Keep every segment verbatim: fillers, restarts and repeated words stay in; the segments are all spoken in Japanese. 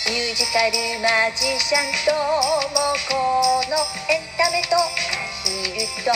ミュージカルマジシャンともこのエンタメとアヒルと、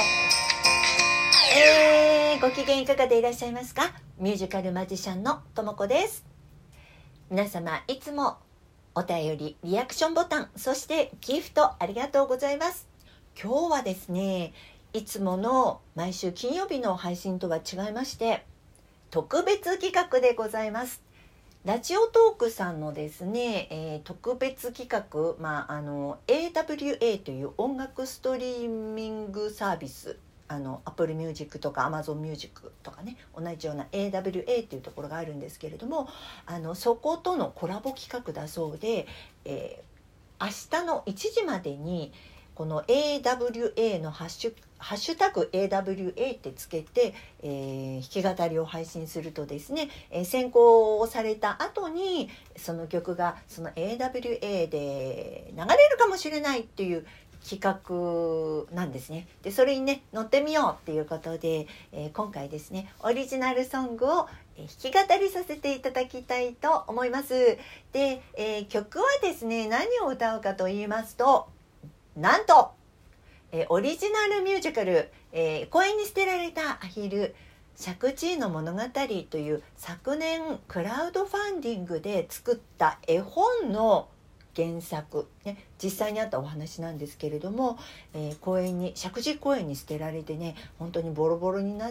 えー、ご機嫌いかがでいらっしゃいますか。ミュージカルマジシャンのともこです。皆様いつもお便り、リアクションボタン、そしてギフトありがとうございます。今日はですね、いつもの毎週金曜日の配信とは違いまして特別企画でございます。ラジオトークさんのですね、えー、特別企画、まあ、あの エーダブリューエー という音楽ストリーミングサービス、あの Apple Music とか Amazon Music とかね、同じような エーダブリューエー というところがあるんですけれども、あのそことのコラボ企画だそうで、えー、明日のいちじまでにこの エーダブリューエー のハッシュハッシュタグ エーダブリューエー ってつけて、えー、弾き語りを配信するとですね、えー、選考をされた後にその曲がその エーダブリューエー で流れるかもしれないっていう企画なんですね。でそれにね乗ってみようっていうことで、えー、今回ですねオリジナルソングを弾き語りさせていただきたいと思います。で、えー、曲はですね何を歌うかと言いますと、なんとえー、オリジナルミュージカル、えー、公園に捨てられたアヒル借地の物語という昨年クラウドファンディングで作った絵本の原作、ね、実際にあったお話なんですけれども、えー、公園に石神井公園に捨てられてね、本当にボロボロになって、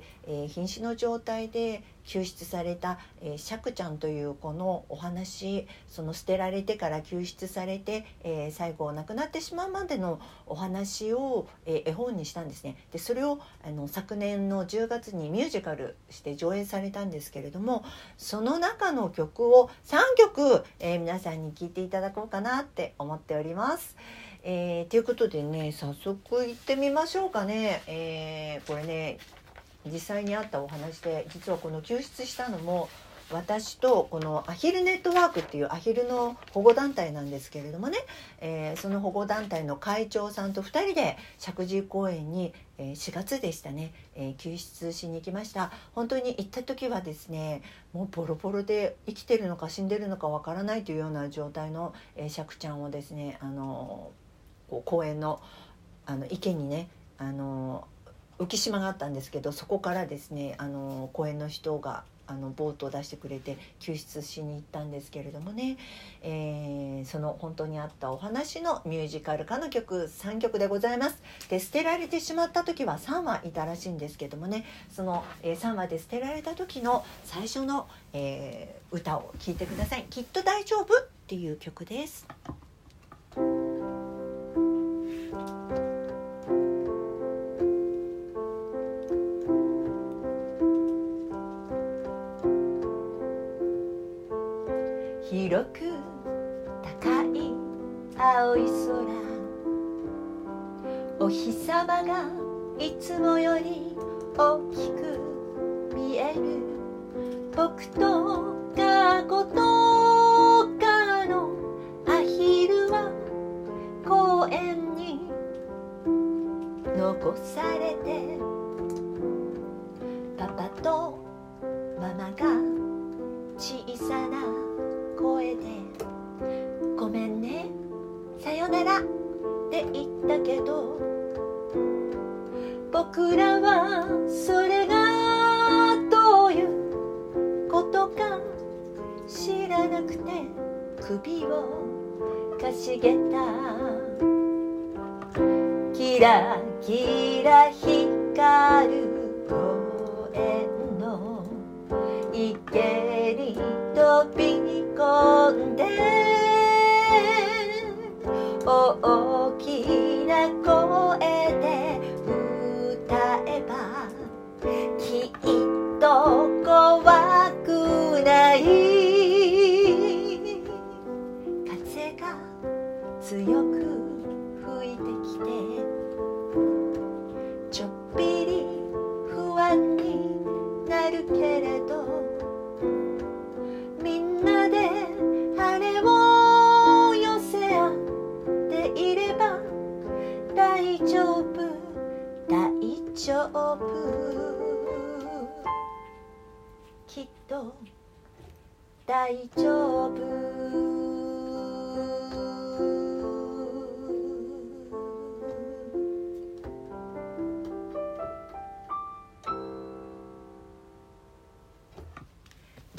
えー、瀕死の状態で救出された、えー、シャクちゃんという子のお話、その捨てられてから救出されて、えー、最後亡くなってしまうまでのお話を、えー、絵本にしたんですね。でそれをあの昨年のじゅうがつにミュージカルして上演されたんですけれども、その中の曲をさんきょく、えー、皆さんに聴いていただこうかなって思っております。えー、ということでね、早速行ってみましょうかね。えー、これね実際にあったお話で、実はこの救出したのも私とこのアヒルネットワークっていうアヒルの保護団体なんですけれどもね、えー、その保護団体の会長さんとふたりで石神井公園に、えー、しがつでしたね、えー、救出しに行きました。本当に行った時はですね、もうボロボロで生きてるのか死んでるのかわからないというような状態の、えー、シャクちゃんをですね、あのー、こう公園のあの池にね、あのー、浮島があったんですけど、そこからですね、あの公園の人があのボートを出してくれて救出しに行ったんですけれどもね、えー、その本当にあったお話のミュージカル化の曲さんきょくでございます。で捨てられてしまった時はさんわいたらしいんですけどもね、その、えー、さんわで捨てられた時の最初の、えー、歌を聴いてください。きっと大丈夫っていう曲です。広く高い青い空、お日様がいつもより大きく見える。僕と過去とかのアヒルは公園に残されて、パパとママが小さな声でごめんねさよならって言ったけど、僕らはそれがどういうことか知らなくて首をかしげた。キラキラ光る公園の池に飛び込んで、大きな声で歌えばきっと怖くない。風が強く吹いてきてちょっぴり不安になるけれど、みんなで羽を寄せ合っていれば大丈夫大丈夫、きっと大丈夫。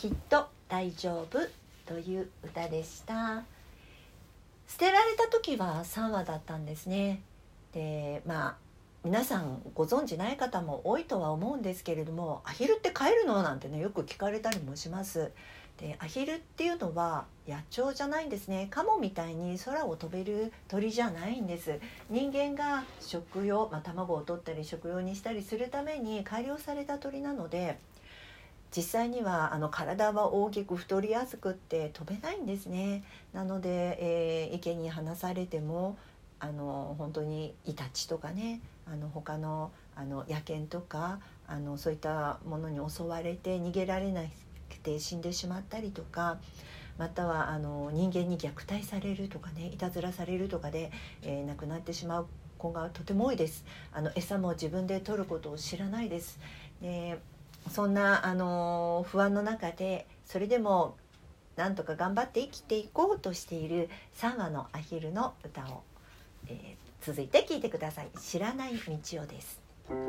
きっと大丈夫という歌でした。捨てられた時はさんわだったんですね。でまあ皆さんご存知ない方も多いとは思うんですけれども、アヒルって飼えるのなんてねよく聞かれたりもします。でアヒルっていうのは野鳥じゃないんですね。カモみたいに空を飛べる鳥じゃないんです。人間が食用、まあ、卵を取ったり食用にしたりするために改良された鳥なので、実際にはあの体は大きく太りやすくって飛べないんですね。なので、えー、池に放されてもあの本当にイタチとかね、あの他の、あの野犬とかあのそういったものに襲われて逃げられなくて死んでしまったりとか、またはあの人間に虐待されるとかね、いたずらされるとかで、えー、亡くなってしまう子がとても多いです。あの餌も自分で取ることを知らないです。でそんなあの不安の中でそれでもなんとか頑張って生きていこうとしているさんわのアヒルの歌を、えー、続いて聴いてください。知らない道をです。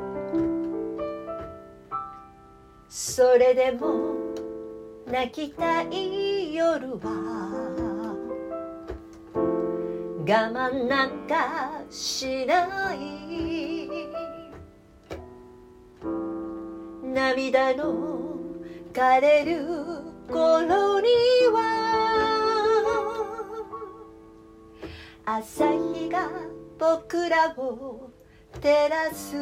それでも泣きたい夜は我慢なんかしない、涙の枯れる頃には朝日が僕らを照らす。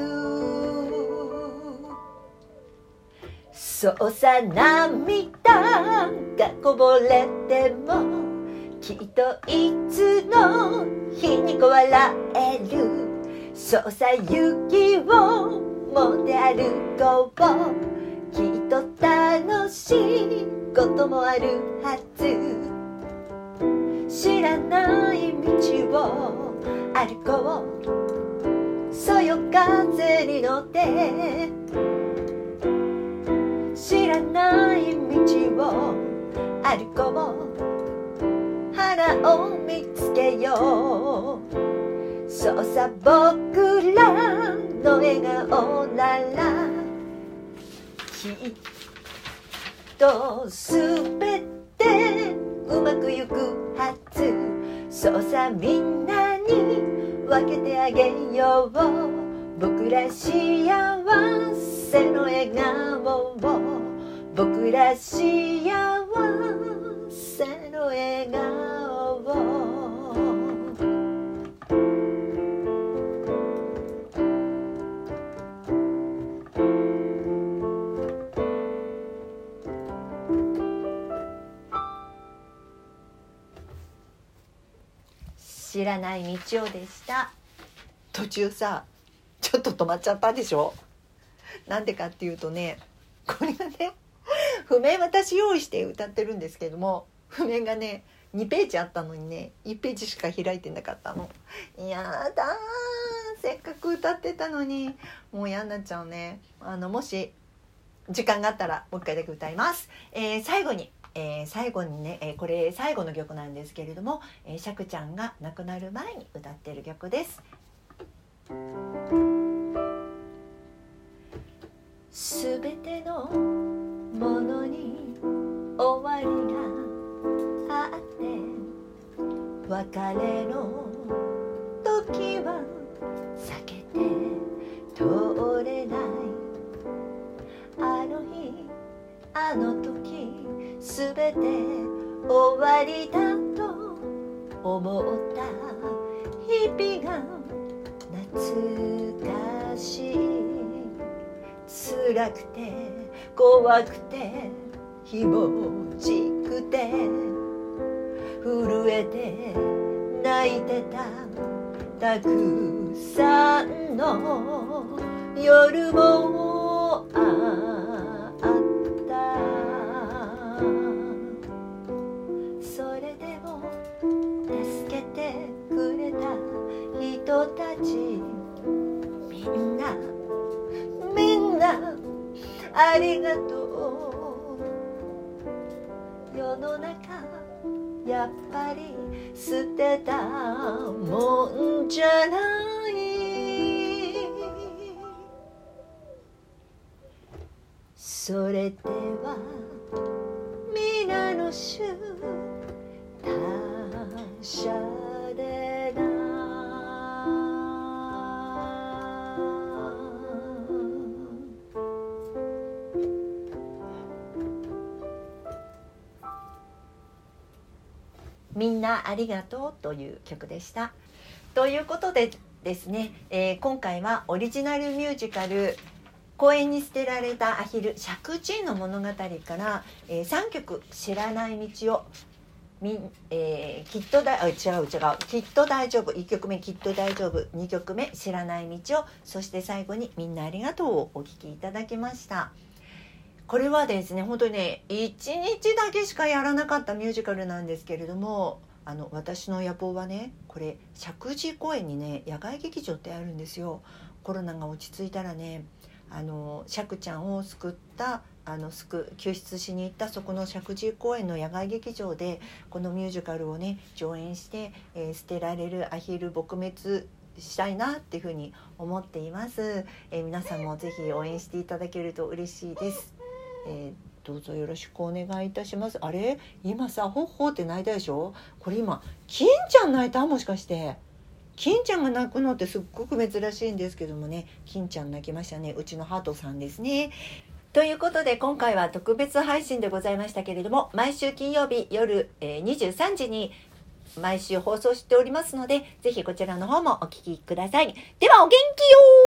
そうさ、涙がこぼれてもきっといつの日にこ笑える。そうさ、雪を持って歩こう、きっと楽しいこともあるはず。知らない道を歩こう、そよ風に乗って。知らない道を歩こう、花を見つけよう。そうさ、僕らの笑顔ならきっとすべてうまくゆくはず。そうさ、みんなに分けてあげよう、僕ら幸せの笑顔を、僕ら幸せの笑顔を。知らない道をでした。途中さちょっと止まっちゃったでしょ。なんでかっていうとね、これがね譜面私用意して歌ってるんですけども、譜面がねにページあったのにねいちページしか開いてなかったの。やだー、せっかく歌ってたのにもう嫌になっちゃうね。あのもし時間があったらもう一回だけ歌います。えー、最後にえー、最後にね、えー、これ最後の曲なんですけれども、えー、しゃくちゃんが亡くなる前に歌ってる曲です。すべてのものに終わりがあって、別れの時は避けて通れない。あの日あの時すべて終わりだと思った日々が懐かしい。辛くて怖くてひもじくて震えて泣いてたたくさんの夜もあった。それでも助けてくれた人たち、みんなみんなありがとう。世の中やっぱり捨てたもんじゃない。それではしゅ達者でなみんなありがとうという曲でした。ということでですね、えー、今回はオリジナルミュージカル公園に捨てられたアヒル石神井の物語から、えー、さんきょく知らない道をみ、えー、きっとだ違う違うきっと大丈夫いっきょくめきっと大丈夫にきょくめ知らない道をそして最後にみんなありがとうをお聴きいただきました。これはですね本当にねいちにちだけしかやらなかったミュージカルなんですけれども、あの私の野望はねこれ石神井公園にね野外劇場ってあるんですよ。コロナが落ち着いたらねあのシャクちゃんを救ったあの救救出しに行ったそこの石神井公園の野外劇場でこのミュージカルをね上演して、えー、捨てられるアヒル撲滅したいなっていうふうに思っています。えー、皆さんもぜひ応援していただけると嬉しいです。えー、どうぞよろしくお願いいたします。あれ今さほっほって泣いたでしょ。これ今金ちゃん泣いたもしかして金ちゃんが泣くのってすっごく珍しいんですけどもね金ちゃん泣きましたね。うちのハートさんですね。ということで今回は特別配信でございましたけれども毎週金曜日夜、えー、にじゅうさんじに毎週放送しておりますのでぜひこちらの方もお聞きください。ではお元気よー。